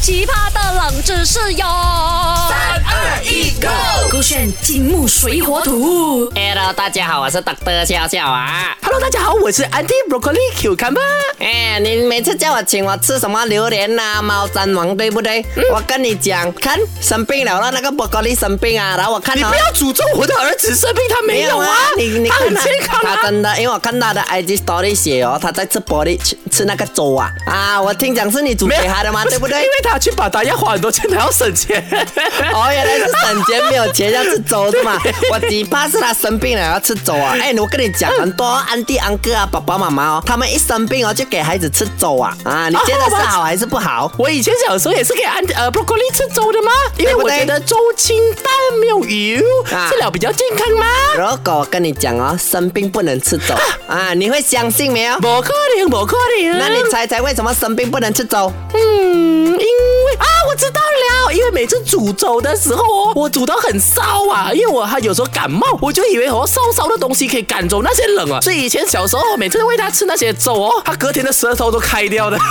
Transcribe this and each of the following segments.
奇葩的冷知识哟！3、2、1，Go！ 勾选金木水火土。 Hello， 大家好，我是 Dr. 笑笑啊。 Hello， 大家好，我是 Auntie Broccoli Cucumber。 你每次叫我请我吃什么榴莲啊、猫山王，对不对？我跟你讲，看生病了那个 Broccoli 生病啊，然后我看你不要诅咒我的儿子生病，他没有啊，他很健康啊。 他真的，因为我看他的 IG Story 写他在吃玻璃吃那个粥啊，我听讲是你煮给他的吗？对不对？ 因为他去把他要花很多钱，他要省钱。 原来是省钱，没有钱要吃粥是吗？我只怕是他生病了要吃粥啊。我跟你讲，很多安迪安哥啊、爸爸妈妈他们一生病就给孩子吃粥啊。你觉得是好还是不好？ 我以前小时候也是给Broccoli 吃粥的吗？因为我觉得粥清淡没有油，吃了比较健康吗？ 如果我跟你讲生病不能吃粥你会相信没有？ 不可能。 那你猜猜为什么生病不能吃粥？ 因为我知道了，因为每次煮粥的时候我煮到很烧因为我有时候感冒，我就以为烧的东西可以赶走那些冷所以以前小时候每次喂他吃那些粥他隔天的舌头都开掉的。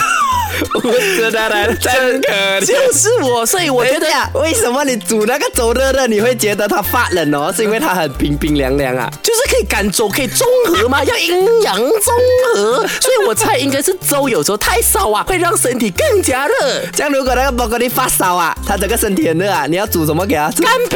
真可怜，就是我，所以我觉得为什么你煮那个粥热你会觉得它发冷是因为它很冰凉就是可以赶走，可以中和嘛，要阴阳中和，所以我猜应该是粥有时候太烧会让身体更加热。 这样如果那个 Broccoli 发烧他整个身体很热你要煮什么给他吃？ 干冰。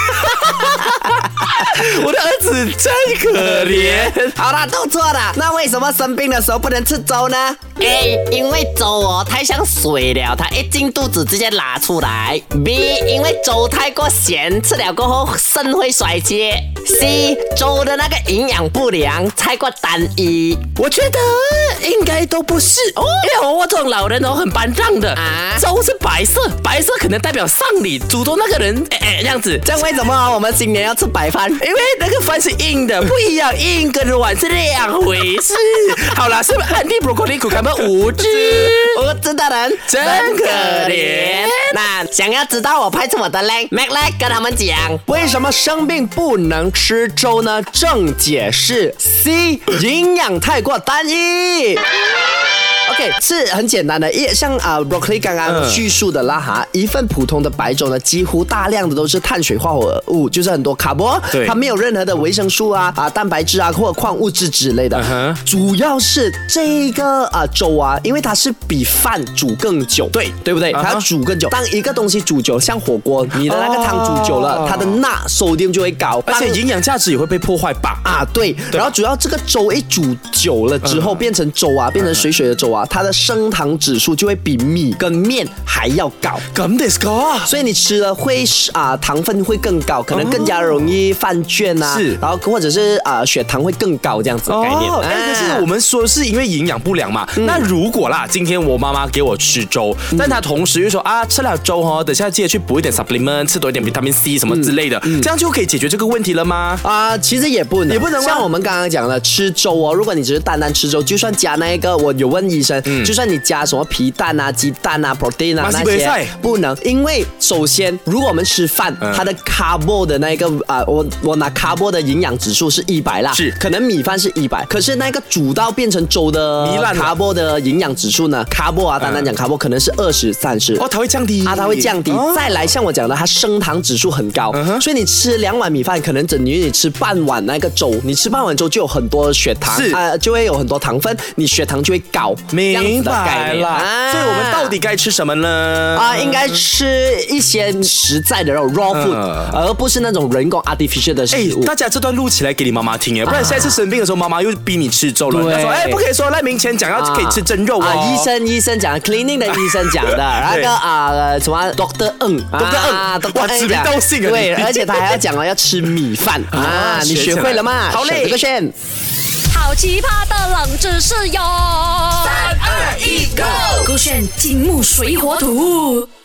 我的儿子真可怜。 好了，都错了。那为什么生病的时候不能吃粥呢？ A， 因为粥太像水了，它一进肚子直接拉出来。B， 因为粥太过咸，吃了过后肾会衰竭。C， 粥的那个营养不良，太过单一。 我觉得应该都不是因为我这种老人很班长的粥是白色可能代表丧礼，煮粥那个人这样子。 这样为什么我们新年要吃白饭？ 因为那个饭是硬的，不一样，硬跟软是两回事。好啦，是不是 Auntie Broccoli Cucumber无知的人真可怜。 那想要知道我拍出我的嘞 ，Mac 来跟他们讲，为什么生病不能吃粥呢？正解是 C， 营养太过单一。OK， 是很简单的，像Broccoli 刚刚叙述的啦一份普通的白粥呢，几乎大量的都是碳水化合物，就是很多卡波，它没有任何的维生素蛋白质或者矿物质之类的。主要是这个粥因为它是比饭煮更久，对不对？它要煮更久。当一个东西煮久，像火锅，你的那个汤煮久了，它的钠sodium就会高， 而且营养价值也会被破坏吧？ 对。然后主要这个粥一煮久了之后，变成粥变成水的粥它的升糖指数就会比米跟面还要高。所以你吃了会糖分会更高，可能更加容易犯倦然后或者是血糖会更高这样子的概念。 但是我们说是因为营养不良嘛，那如果今天我妈妈给我吃粥，但她同时又说吃了粥等下记得去补一点 supplement， 吃多一点 vitamin C 什么之类的，这样就可以解决这个问题了吗？ 其实也不能像我们刚刚讲的吃粥如果你只是单吃粥，就算加那一个，我有问医生，就算你加什么皮蛋鸡蛋protein 那些不能，因为首先如果我们吃饭，它的 carbo 的那个我拿 carbo 的营养指数是100啦，可能米饭是100，可是那个煮到变成粥的 carbo 的营养指数呢，carbo 单讲 carbo 可能是20、30， 它会降低它会降低。再来像我讲的，它升糖指数很高，所以你吃2碗米饭，可能等于你吃半碗那个粥，你吃半碗粥就有很多血糖，就会有很多糖分，你血糖就会高。 明白了。所以我们到底该吃什么呢？ 应该吃一些实在的肉 raw food，而不是那种人工 artificial 的食物。 大家这段录起来给你妈妈听不然下一次生病的时候，妈妈又逼你吃粥了。她说不可以说赖明前讲要可以吃真肉医生讲 cleaning 的医生讲的，那个什么 Dr. Ng， 哇，指名道姓对，而且他还要讲要吃米饭你学会了吗？ 好嘞， 这个选。 好奇葩的冷知识哟！3、2、1，Go！ 勾选金木水火土。